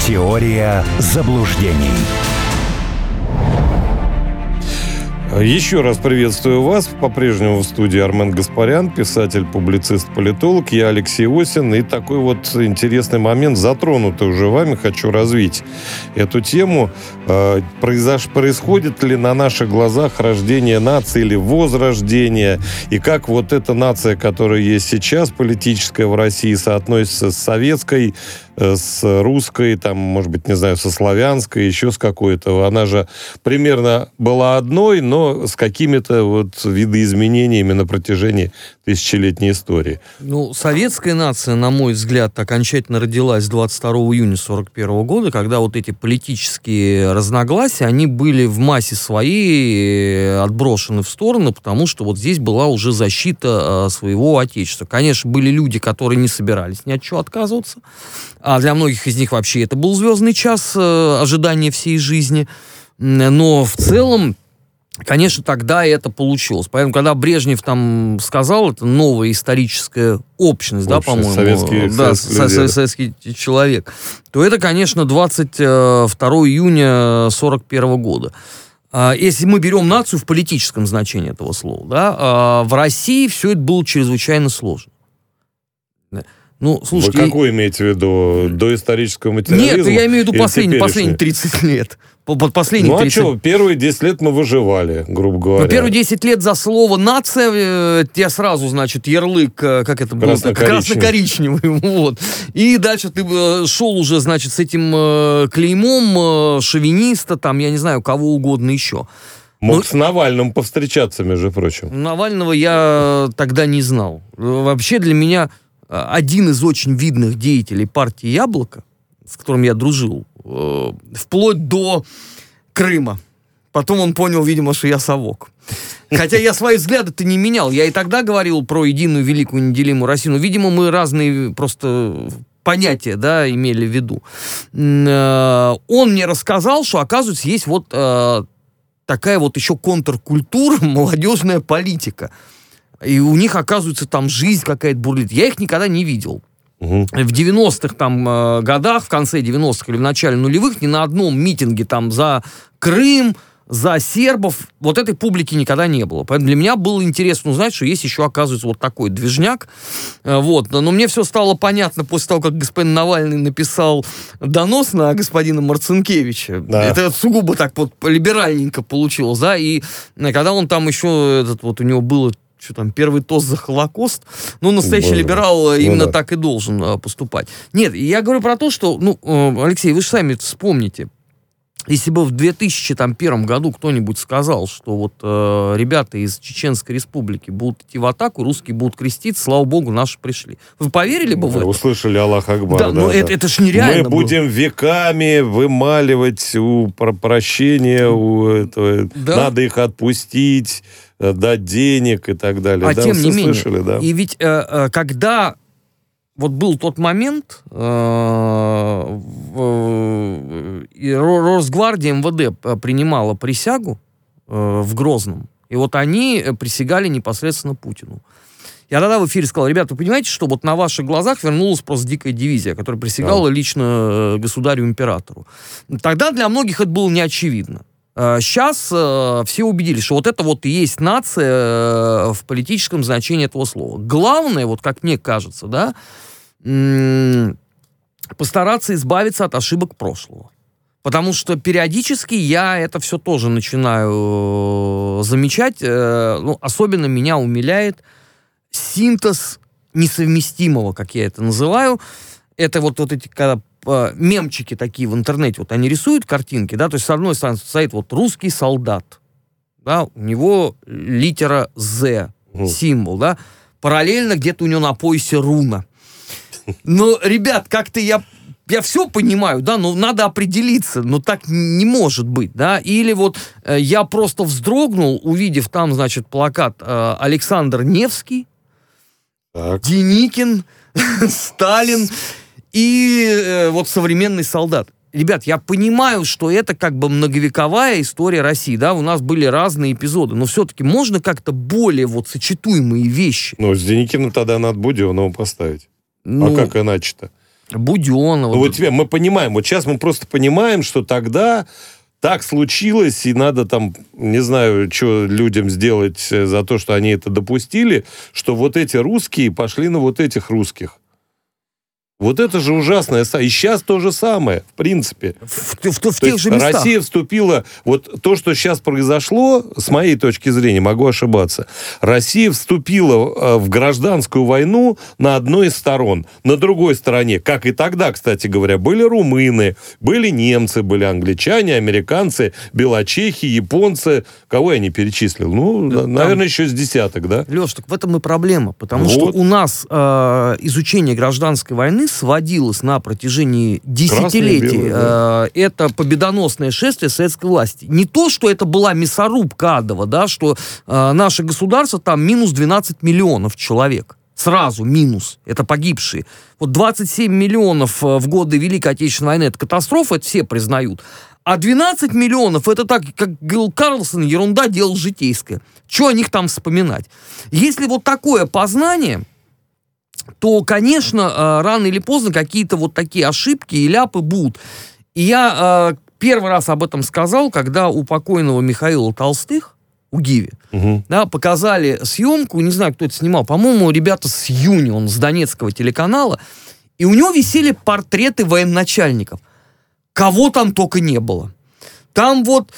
Теория заблуждений. Еще раз приветствую вас. По-прежнему в студии Армен Гаспарян, писатель, публицист, политолог. Я Алексей Осин. И такой вот интересный момент, затронутый уже вами, хочу развить эту тему. Происходит ли на наших глазах рождение нации или возрождение? И как вот эта нация, которая есть сейчас, политическая в России, соотносится с советской, с русской, там, может быть, не знаю, со славянской, еще с какой-то. Она же примерно была одной, но с какими-то вот видоизменениями на протяжении тысячелетней истории. Ну, советская нация, на мой взгляд, окончательно родилась 22 июня 1941 года, когда вот эти политические разногласия, они были в массе своей отброшены в сторону, потому что вот здесь была уже защита своего отечества. Конечно, были люди, которые не собирались ни от чего отказываться, а для многих из них вообще это был звездный час ожидания всей жизни. Но в целом, конечно, тогда это получилось. Поэтому, когда Брежнев там сказал, это новая историческая общность, да, по-моему, советский человек, то это, конечно, 22 июня 1941 года. Если мы берем нацию в политическом значении этого слова, да, в России все это было чрезвычайно сложно. Ну, слушайте, вы какой имеете в виду? Доисторического материализма? Нет, я имею в виду последние 30 лет. Последние 30... что, первые 10 лет мы выживали, грубо говоря. Но первые 10 лет за слово «нация» тебе сразу, значит, ярлык, как это было? Красно-коричневый. Вот. И дальше ты шел уже, значит, с этим клеймом шовиниста, там, я не знаю, кого угодно еще. Мог с Навальным повстречаться, между прочим. Навального я тогда не знал. Вообще для меня один из очень видных деятелей партии «Яблоко», с которым я дружил, вплоть до Крыма. Потом он понял, видимо, что я совок. Хотя я свои взгляды-то не менял. Я и тогда говорил про единую, великую, неделимую Россию. Но, видимо, мы разные просто понятия, да, имели в виду. Он мне рассказал, что, оказывается, есть вот такая вот еще контркультура, молодежная политика. И у них, оказывается, там жизнь какая-то бурлит. Я их никогда не видел. В 90-х там годах, в конце 90-х или в начале нулевых, ни на одном митинге там за Крым, за сербов, вот этой публики никогда не было. Поэтому для меня было интересно узнать, что есть еще, оказывается, вот такой движняк. Вот. Но мне все стало понятно после того, как господин Навальный написал донос на господина Марцинкевича. Да. Это сугубо так вот либеральненько получилось, да, и когда он там еще, у него было что там, первый тост за Холокост, ну, настоящий либерал именно так и должен поступать. Нет, я говорю про то, что, Алексей, вы же сами вспомните, если бы в 2001 году кто-нибудь сказал, что вот ребята из Чеченской Республики будут идти в атаку, русские будут креститься, слава богу, наши пришли. Вы поверили бы в это? Услышали Аллах Акбар. Да, но это ж нереально. Мы будем веками вымаливать прощение у этого. Да? Надо их отпустить, дать денег и так далее. А тем не менее, слышали, да? И ведь когда вот был тот момент, Росгвардия, МВД принимала присягу в Грозном, и вот они присягали непосредственно Путину. Я тогда в эфире сказал: ребята, вы понимаете, что вот на ваших глазах вернулась просто дикая дивизия, которая присягала лично государю-императору. Тогда для многих это было неочевидно. Сейчас все убедились, что вот это вот и есть нация в политическом значении этого слова. Главное, вот как мне кажется, да, постараться избавиться от ошибок прошлого. Потому что периодически я это все тоже начинаю замечать. Особенно меня умиляет синтез несовместимого, как я это называю. Это вот эти, когда мемчики такие в интернете, вот они рисуют картинки, да, то есть с одной стороны стоит вот русский солдат, да, у него литера «З», символ, да, параллельно где-то у него на поясе руна. Но, ребят, как-то я все понимаю, да, но надо определиться, но так не может быть, да, или вот я просто вздрогнул, увидев там, значит, плакат Александр Невский, Деникин, Сталин и вот современный солдат. Ребят, я понимаю, что это как бы многовековая история России, да, у нас были разные эпизоды, но все-таки можно как-то более вот сочетуемые вещи. Ну, с Деникиным тогда надо Будённого поставить. А как иначе-то? Буденова. Ну, вот теперь мы понимаем, вот сейчас мы просто понимаем, что тогда так случилось, и надо там, не знаю, что людям сделать за то, что они это допустили, что вот эти русские пошли на вот этих русских. Вот это же ужасное. И сейчас то же самое, в принципе. В тех же местах. Россия вступила... Вот то, что сейчас произошло, с моей точки зрения, могу ошибаться, Россия вступила в гражданскую войну на одной из сторон. На другой стороне, как и тогда, кстати говоря, были румыны, были немцы, были англичане, американцы, белочехи, японцы. Кого я не перечислил? Ну, да, наверное, еще с десяток, да? Леш, так в этом и проблема. Потому вот. что у нас изучение гражданской войны сводилось на протяжении десятилетий. Это победоносное шествие советской власти. Не то, что это была мясорубка адова, да, что наше государство там минус 12 миллионов человек. Сразу минус. Это погибшие. Вот 27 миллионов в годы Великой Отечественной войны — это катастрофа, это все признают. А 12 миллионов — это так, как говорил Карлсон, ерунда, дело житейское. Что о них там вспоминать? Если вот такое познание, то, конечно, рано или поздно какие-то вот такие ошибки и ляпы будут. И я первый раз об этом сказал, когда у покойного Михаила Толстых, у Гиви, да, показали съемку, не знаю, кто это снимал, по-моему, ребята с Юнион, с донецкого телеканала, и у него висели портреты военачальников. Кого там только не было. Там вот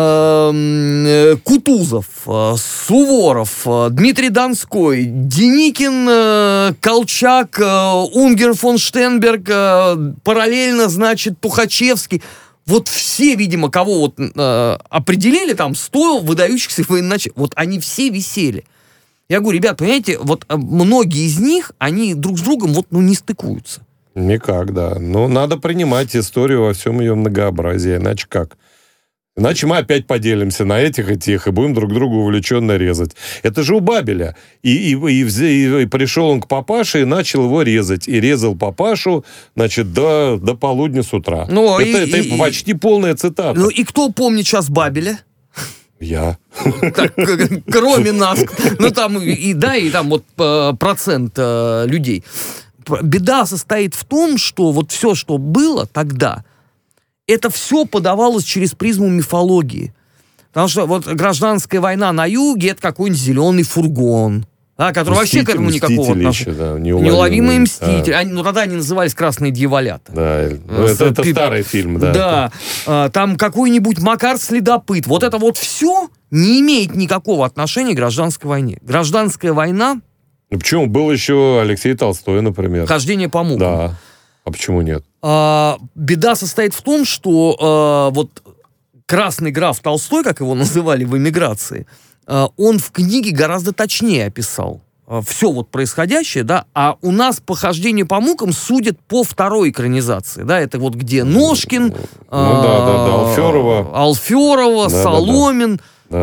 Кутузов, Суворов, Дмитрий Донской, Деникин, Колчак, Унгер фон Штенберг, параллельно, значит, Тухачевский. Вот все, видимо, кого вот определили, там 100 выдающихся военачальников, вот они все висели. Я говорю, ребят, понимаете, вот многие из них, они друг с другом вот, не стыкуются. Никак, да. Но надо принимать историю во всем ее многообразии, иначе как? Иначе мы опять поделимся на этих и тех, и будем друг друга увлеченно резать. Это же у Бабеля. И пришел он к папаше и начал его резать. И резал папашу, значит, до полудня с утра. Ну, это почти полная цитата. Ну, и кто помнит сейчас Бабеля? Я. Так, кроме нас. Ну, там и там вот процент людей. Беда состоит в том, что вот все, что было тогда, это все подавалось через призму мифологии. Потому что вот гражданская война на юге — это какой-нибудь зеленый фургон, да, который вообще к этому никакого отношения. Да, неуловимые мстители. Да. Ну, тогда они назывались «Красные дьяволята». Да, это старый фильм, да. Да, там какой-нибудь Макар Следопыт. Вот это вот все не имеет никакого отношения к гражданской войне. Гражданская война... Ну, почему? Был еще Алексей Толстой, например. «Хождение по мукам». Да. А почему нет? Беда состоит в том, что вот красный граф Толстой, как его называли в эмиграции, он в книге гораздо точнее описал все вот происходящее, да, а у нас по «Хождению по мукам» судят по второй экранизации, да, это вот где Ножкин, Алферова, да, Соломин,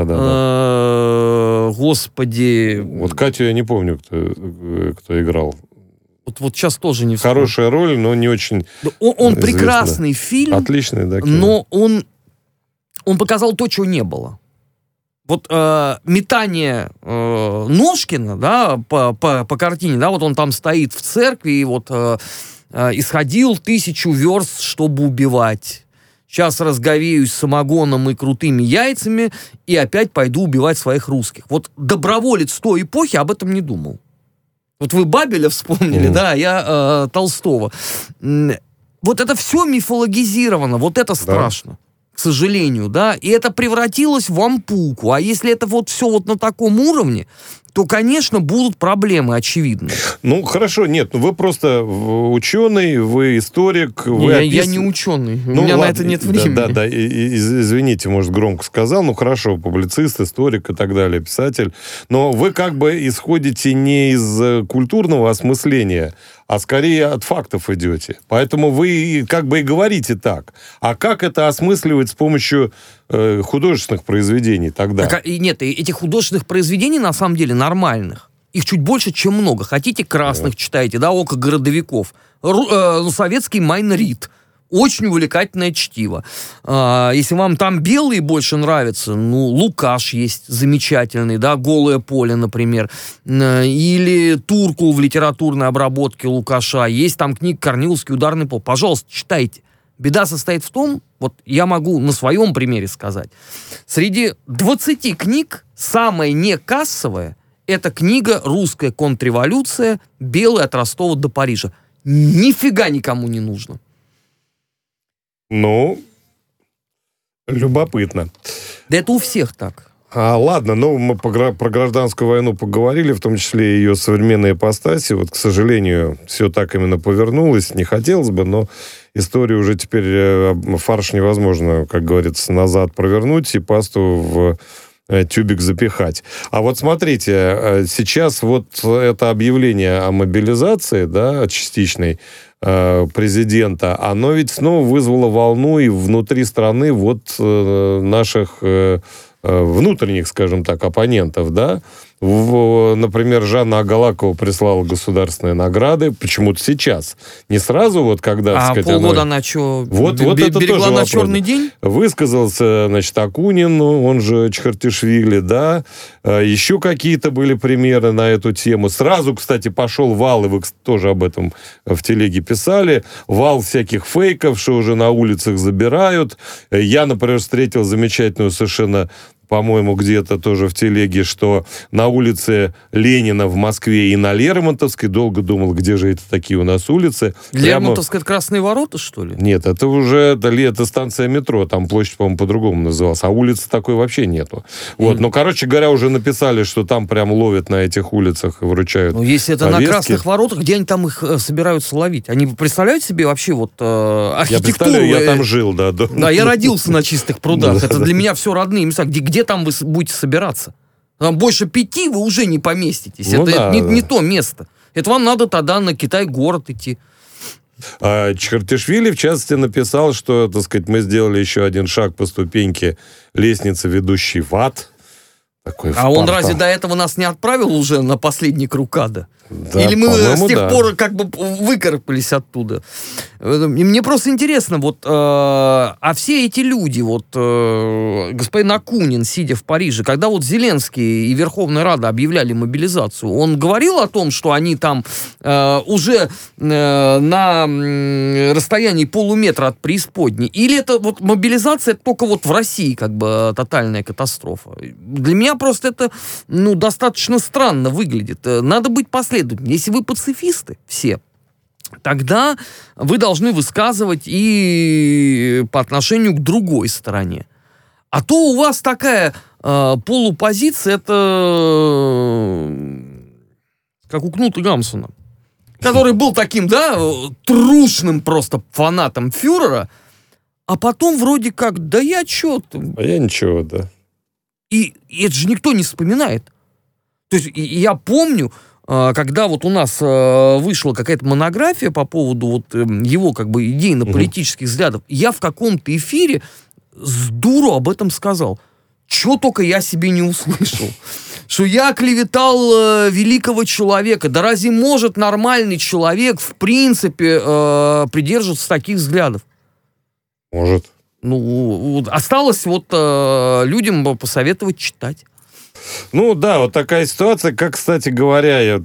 да. Господи. Вот Катю я не помню, кто играл. Вот сейчас тоже не вспомню. Хорошая роль, но не очень Он прекрасный фильм. Отличный, да. Кино. Но он показал то, чего не было. Вот метание Ножкина, да, по картине, да, вот он там стоит в церкви и вот исходил 1000 верст, чтобы убивать. Сейчас разговеюсь самогоном и крутыми яйцами и опять пойду убивать своих русских. Вот доброволец той эпохи об этом не думал. Вот вы Бабеля вспомнили, да, я Толстого. Вот это все мифологизировано, вот это страшно, к сожалению, да, и это превратилось в ампулку. А если это вот все вот на таком уровне, то, конечно, будут проблемы очевидные. Ну, хорошо, нет, вы просто ученый, вы историк. Я не ученый, у меня ладно, на это нет времени. Да, извините, может, громко сказал, ну, хорошо, публицист, историк и так далее, писатель, но вы как бы исходите не из культурного осмысления, а скорее от фактов идете. Поэтому вы как бы и говорите так. А как это осмысливать с помощью художественных произведений тогда? Нет, этих художественных произведений, на самом деле, нормальных. Их чуть больше, чем много. Хотите красных, читайте, да, «Око городовиков». Советский Майн Рид. Очень увлекательное чтиво. Если вам там белые больше нравятся, ну, Лукаш есть замечательный, да, «Голое поле», например, или Туркул в литературной обработке Лукаша. Есть там книга «Корниловский ударный полк». Пожалуйста, читайте. Беда состоит в том, вот я могу на своем примере сказать, среди 20 книг самая некассовая — это книга «Русская контрреволюция. Белый от Ростова до Парижа». Нифига никому не нужно. Ну, любопытно. Да это у всех так. Ладно, мы про гражданскую войну поговорили, в том числе и ее современные ипостаси. Вот, к сожалению, все так именно повернулось. Не хотелось бы, но историю уже теперь фарш невозможно, как говорится, назад провернуть и пасту в тюбик запихать. А вот смотрите, сейчас вот это объявление о мобилизации, да, частичной, президента, оно ведь снова вызвало волну и внутри страны вот наших внутренних, скажем так, оппонентов, да. Например, Жанна Агалакова прислала государственные награды. Почему-то сейчас. Не сразу, вот когда, так сказать, полгода она что, вот это берегла тоже на вопрос. черный день? Высказался, значит, Акунин, он же Чхартишвили, да. Еще какие-то были примеры на эту тему. Сразу, кстати, пошел вал, и вы тоже об этом в телеге писали, вал всяких фейков, что уже на улицах забирают. Я, например, встретил замечательную совершенно, по-моему, где-то тоже в телеге, что на улице Ленина в Москве и на Лермонтовской, долго думал, где же это такие у нас улицы. Лермонтовская — это Красные ворота, что ли? Нет, это уже это станция метро, там площадь, по-моему, по-другому называлась, а улицы такой вообще нету. Вот, ну, короче говоря, уже написали, что там прям ловят на этих улицах и вручают Ну, если это повестки. на Красных воротах, где они там их собираются ловить? Они представляют себе вообще вот архитектуру? Я представляю, я там жил, да. Да, я родился на Чистых прудах. Да, Это да. для меня все родные места. Где там вы будете собираться? Там больше 5 вы уже не поместитесь. Ну это да, не да. то место. Это вам надо тогда на Китай-город идти. Чхартишвили, в частности, написал, что, так сказать, мы сделали еще один шаг по ступеньке лестницы, ведущей в ад. Такой А он портал. разве до этого нас не отправил уже на последний круг ада? Да, Или мы по-моему, с тех да. пор как бы выкарабкались оттуда? И мне просто интересно, вот, а все эти люди, вот, господин Акунин, сидя в Париже, когда вот Зеленский и Верховная Рада объявляли мобилизацию, он говорил о том, что они там уже на расстоянии полуметра от преисподней? Или это вот мобилизация только вот в России как бы тотальная катастрофа? Для меня просто это, ну, достаточно странно выглядит. Надо быть последовательным. Если вы пацифисты все, тогда вы должны высказывать и по отношению к другой стороне. А то у вас такая полупозиция, это как у Кнута Гамсуна, который был таким, да, трушным просто фанатом фюрера, а потом вроде как, да я чё там. А я ничего, да. И это же никто не вспоминает. То есть я помню, когда вот у нас вышла какая-то монография по поводу вот его как бы идейно-политических взглядов, я в каком-то эфире с дуру об этом сказал. Чего только я себе не услышал. Что я клеветал великого человека. Да разве может нормальный человек в принципе придерживаться таких взглядов? Может. Ну, осталось вот людям посоветовать читать. Ну да, вот такая ситуация, как, кстати говоря, я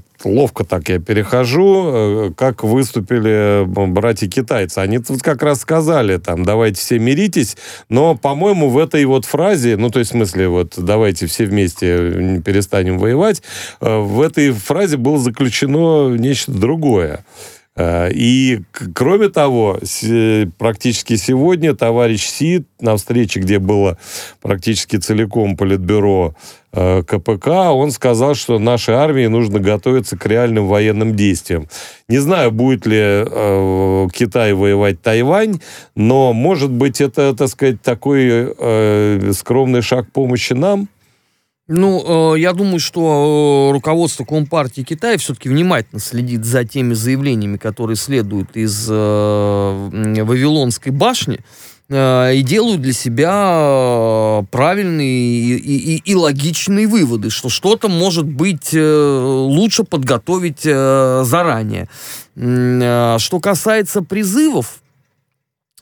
перехожу, как выступили братья-китайцы. Они тут как раз сказали, там, давайте все миритесь, но, по-моему, в этой вот фразе, ну, то есть, в смысле, вот, давайте все вместе перестанем воевать, в этой фразе было заключено нечто другое. И, кроме того, практически сегодня товарищ Си на встрече, где было практически целиком политбюро КПК, он сказал, что нашей армии нужно готовиться к реальным военным действиям. Не знаю, будет ли Китай воевать Тайвань, но, может быть, это, так сказать, такой скромный шаг помощи нам? Ну, я думаю, что руководство Компартии Китая все-таки внимательно следит за теми заявлениями, которые следуют из Вавилонской башни, и делают для себя правильные и логичные выводы, что что-то может быть лучше подготовить заранее. Что касается призывов,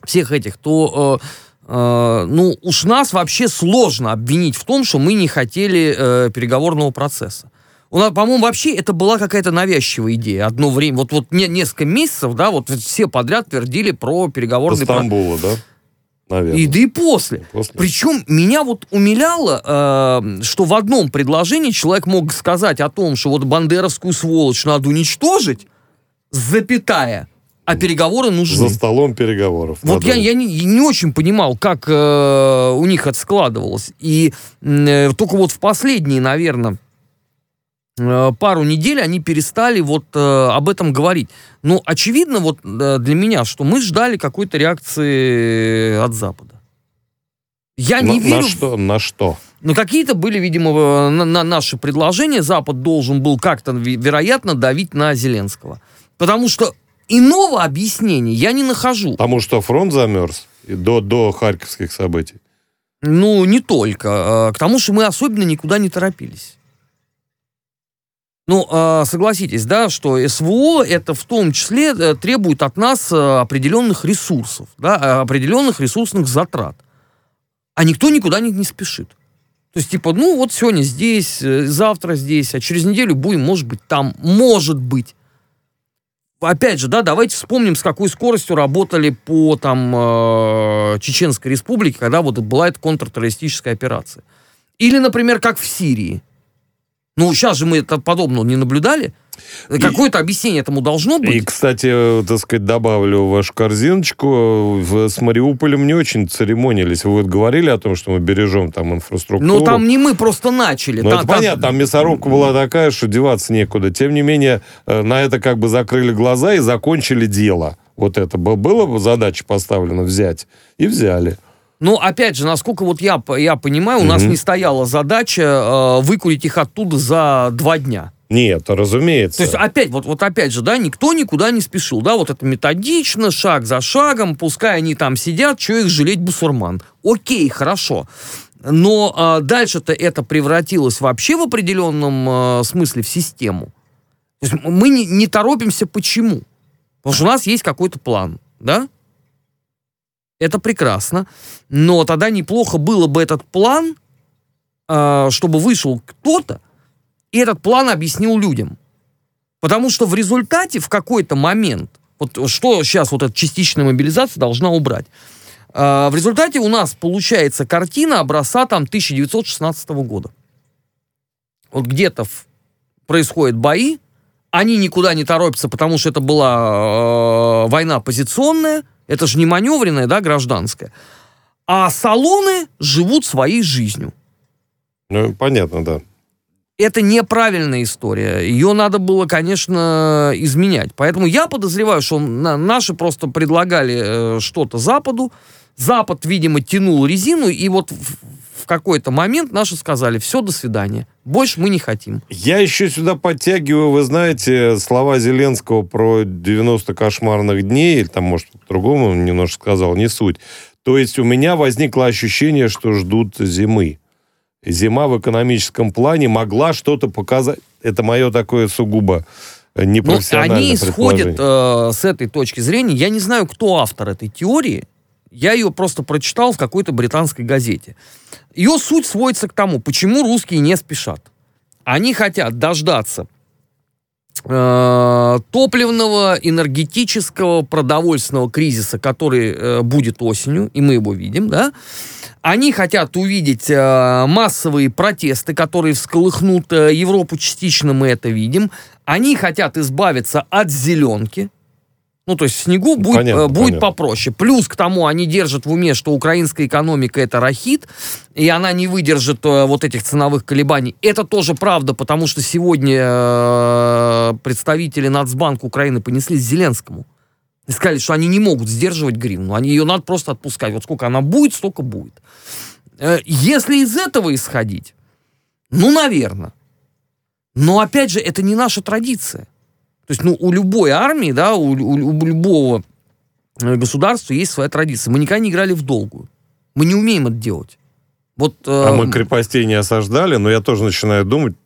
всех этих, то, ну, уж нас вообще сложно обвинить в том, что мы не хотели переговорного процесса. У нас, по-моему, вообще это была какая-то навязчивая идея. Одно время, вот несколько месяцев, да, вот все подряд твердили про переговорный процесс. Стамбула, да? Наверное. И да и после. Причем меня вот умиляло, что в одном предложении человек мог сказать о том, что вот бандеровскую сволочь надо уничтожить, запятая, а переговоры нужны. За столом переговоров. Вот я не очень понимал, как у них это складывалось. И только вот в последние, наверное, пару недель они перестали вот об этом говорить. Но очевидно вот для меня, что мы ждали какой-то реакции от Запада. Я не верю... На что? Ну, какие-то были, видимо, на наши предложения. Запад должен был как-то, вероятно, давить на Зеленского. Потому что иного объяснения я не нахожу. Потому что фронт замерз до харьковских событий? Ну, не только. К тому, что мы особенно никуда не торопились. Ну, согласитесь, да, что СВО это в том числе требует от нас определенных ресурсов, да, определенных ресурсных затрат. А никто никуда не спешит. То есть, типа, ну, вот сегодня здесь, завтра здесь, а через неделю будем, может быть, там, может быть. Опять же, да, давайте вспомним, с какой скоростью работали по, там, Чеченской Республике, когда вот была эта контртеррористическая операция. Или, например, как в Сирии. Ну, сейчас же мы это подобного не наблюдали. Какое-то объяснение этому должно быть. И, кстати, так сказать, добавлю в вашу корзиночку, с Мариуполем не очень церемонились. Вы вот говорили о том, что мы бережем там инфраструктуру. Ну, там не мы просто начали. Ну, это понятно, там мясорубка была такая, что деваться некуда. Тем не менее, на это как бы закрыли глаза и закончили дело. Вот это была задача поставлена взять. И взяли. Ну, опять же, насколько вот я понимаю, у нас не стояла задача выкурить их оттуда за 2 дня. Нет, разумеется. То есть, опять же, да, никто никуда не спешил, да, вот это методично, шаг за шагом, пускай они там сидят, что их жалеть, бусурман. Окей, хорошо. Но дальше-то это превратилось вообще в определенном смысле в систему. То есть мы не торопимся, почему? Потому что у нас есть какой-то план, да? Это прекрасно, но тогда неплохо было бы этот план, чтобы вышел кто-то, и этот план объяснил людям. Потому что в результате в какой-то момент, вот что сейчас вот эта частичная мобилизация должна убрать, в результате у нас получается картина образца там 1916 года. Вот где-то происходят бои, они никуда не торопятся, потому что это была война позиционная, это же не маневренная, да, гражданская. А салоны живут своей жизнью. Ну, понятно, да. Это неправильная история. Ее надо было, конечно, изменять. Поэтому я подозреваю, что наши просто предлагали что-то Западу. Запад, видимо, тянул резину, и вот в какой-то момент наши сказали: все, до свидания. Больше мы не хотим. Я еще сюда подтягиваю, вы знаете, слова Зеленского про 90 кошмарных дней, или там, может, по-другому он немножко сказал, не суть. То есть у меня возникло ощущение, что ждут зимы. Зима в экономическом плане могла что-то показать. Это мое такое сугубо непрофессиональное предположение. Они исходят с этой точки зрения. Я не знаю, кто автор этой теории. Я ее просто прочитал в какой-то британской газете. Ее суть сводится к тому, почему русские не спешат. Они хотят дождаться топливного, энергетического, продовольственного кризиса, который будет осенью, и мы его видим, да. Они хотят увидеть массовые протесты, которые всколыхнут Европу частично, мы это видим. Они хотят избавиться от зеленки. Ну, то есть в снегу будет попроще. Плюс к тому они держат в уме, что украинская экономика — это рахит, и она не выдержит вот этих ценовых колебаний. Это тоже правда, потому что сегодня представители Нацбанка Украины понеслись Зеленскому. И сказали, что они не могут сдерживать гривну. Ее надо просто отпускать. Вот сколько она будет, столько будет. Если из этого исходить, ну, наверное. Но, опять же, это не наша традиция. То есть, ну, у любой армии, да, у любого государства есть своя традиция. Мы никогда не играли в долгую. Мы не умеем это делать. Вот, мы крепостей не осаждали, но я тоже начинаю думать,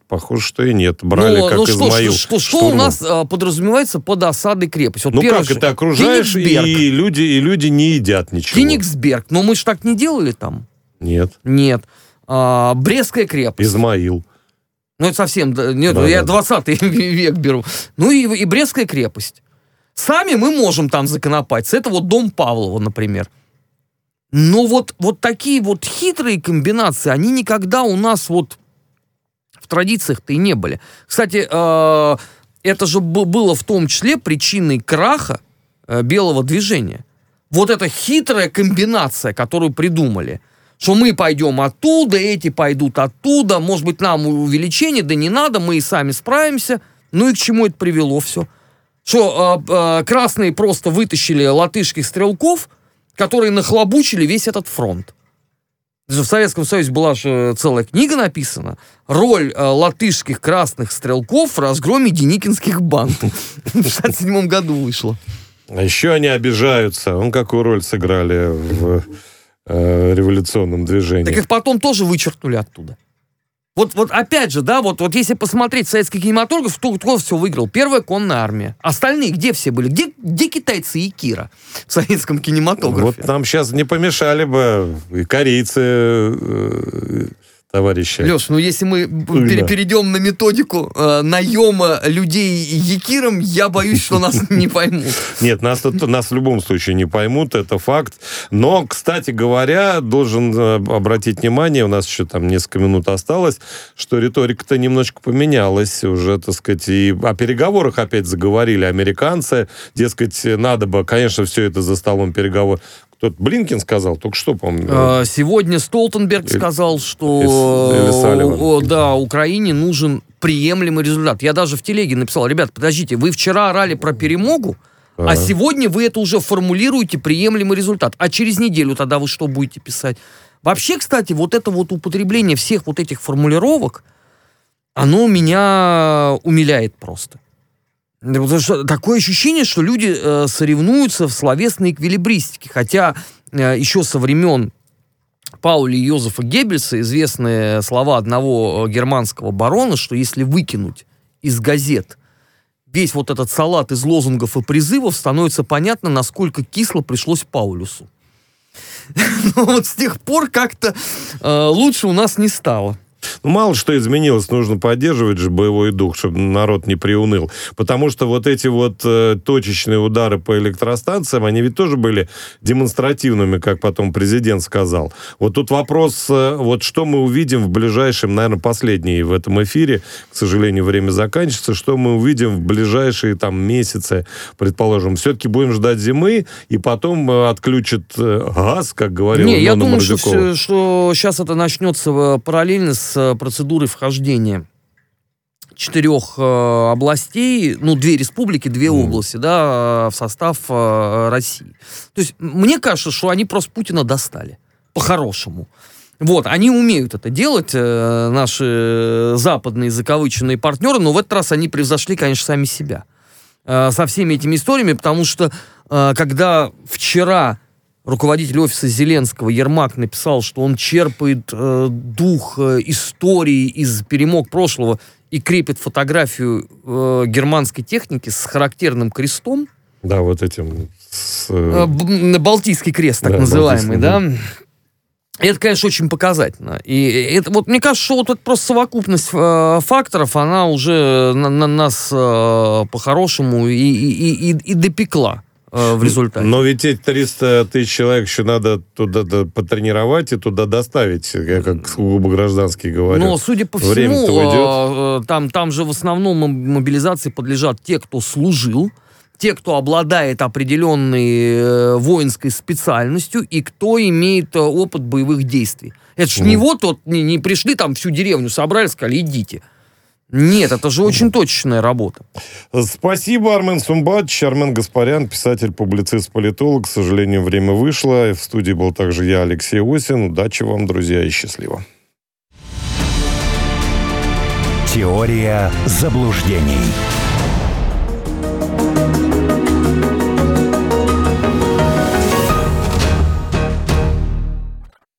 похоже, что и нет. Брали, как Измаил. Что у нас подразумевается под осадой крепости? Вот ну как, это окружаешь, и люди не едят ничего. Кенигсберг. Но мы же так не делали там. Нет. Брестская крепость. Измаил. Ну, это совсем... Нет, я 20 век беру. Ну, и Брестская крепость. Сами мы можем там законопатиться. Это вот дом Павлова, например. Но вот такие вот хитрые комбинации, они никогда у нас вот в традициях-то и не были. Кстати, это же было в том числе причиной краха белого движения. Вот эта хитрая комбинация, которую придумали, что мы пойдем оттуда, эти пойдут оттуда, может быть, нам увеличение, да не надо, мы и сами справимся. Ну и к чему это привело все? Что красные просто вытащили латышских стрелков, которые нахлобучили весь этот фронт. В Советском Союзе была же целая книга написана. Роль латышских красных стрелков в разгроме деникинских банд. В 1967 году вышла. А еще они обижаются. Какую роль сыграли в революционном движении. Так их потом тоже вычеркнули оттуда. Вот опять же, да, вот если посмотреть советский кинематограф, кто все выиграл? Первая конная армия. Остальные где все были? Где китайцы и Кира в советском кинематографе? Вот нам сейчас не помешали бы и корейцы, товарищи. Леш, ну если мы перейдем на методику наема людей якиром, я боюсь, что нас не поймут. Нет, нас в любом случае не поймут, это факт. Но, кстати говоря, должен обратить внимание, у нас еще там несколько минут осталось, что риторика-то немножечко поменялась уже, так сказать, и о переговорах опять заговорили американцы. Дескать, надо бы, конечно, все это за столом переговоров. Кто-то Блинкен сказал, только что, по-моему. Сегодня Столтенберг сказал, что Украине нужен приемлемый результат. Я даже в телеге написал: ребят, подождите, вы вчера орали про перемогу, а сегодня вы это уже формулируете, приемлемый результат. А через неделю тогда вы что будете писать? Вообще, кстати, вот это вот употребление всех вот этих формулировок, оно меня умиляет просто. Потому что такое ощущение, что люди соревнуются в словесной эквилибристике. Хотя еще со времен Пауля и Йозефа Геббельса известные слова одного германского барона, что если выкинуть из газет весь вот этот салат из лозунгов и призывов, становится понятно, насколько кисло пришлось Паулюсу. Но вот с тех пор как-то лучше у нас не стало. Ну, мало что изменилось, нужно поддерживать же боевой дух, чтобы народ не приуныл. Потому что вот эти вот точечные удары по электростанциям, они ведь тоже были демонстративными, как потом президент сказал. Вот тут вопрос, вот что мы увидим в ближайшем, наверное, последний в этом эфире, к сожалению, время заканчивается, что мы увидим в ближайшие там месяцы, предположим. Все-таки будем ждать зимы, и потом отключат газ, как говорил Нонна Мордюкова. Я думаю, что сейчас это начнется параллельно с процедурой вхождения 4 областей, 2 республики, 2 области, да, в состав России. То есть мне кажется, что они просто Путина достали, по-хорошему. Вот, они умеют это делать, наши западные закавыченные партнеры, но в этот раз они превзошли, конечно, сами себя со всеми этими историями, потому что когда вчера руководитель офиса Зеленского Ермак написал, что он черпает дух истории из перемог прошлого и крепит фотографию германской техники с характерным крестом. Да, вот этим. Балтийский крест, так называемый, да. Это, конечно, очень показательно. И это, вот, мне кажется, что вот эта просто совокупность факторов, она уже нас по-хорошему и допекла в результате. Но ведь эти 300 тысяч человек еще надо туда потренировать и туда доставить, я как сугубо гражданский говорю. Но, судя по всему, там же в основном мобилизации подлежат те, кто служил, те, кто обладает определенной воинской специальностью и кто имеет опыт боевых действий. Это ж не вот не пришли там всю деревню, собрали, сказали, идите. Нет, это же очень точечная работа. Спасибо, Армен Сумбатович. Армен Гаспарян, писатель, публицист, политолог. К сожалению, время вышло. В студии был также я, Алексей Осин. Удачи вам, друзья, и счастливо. Теория заблуждений.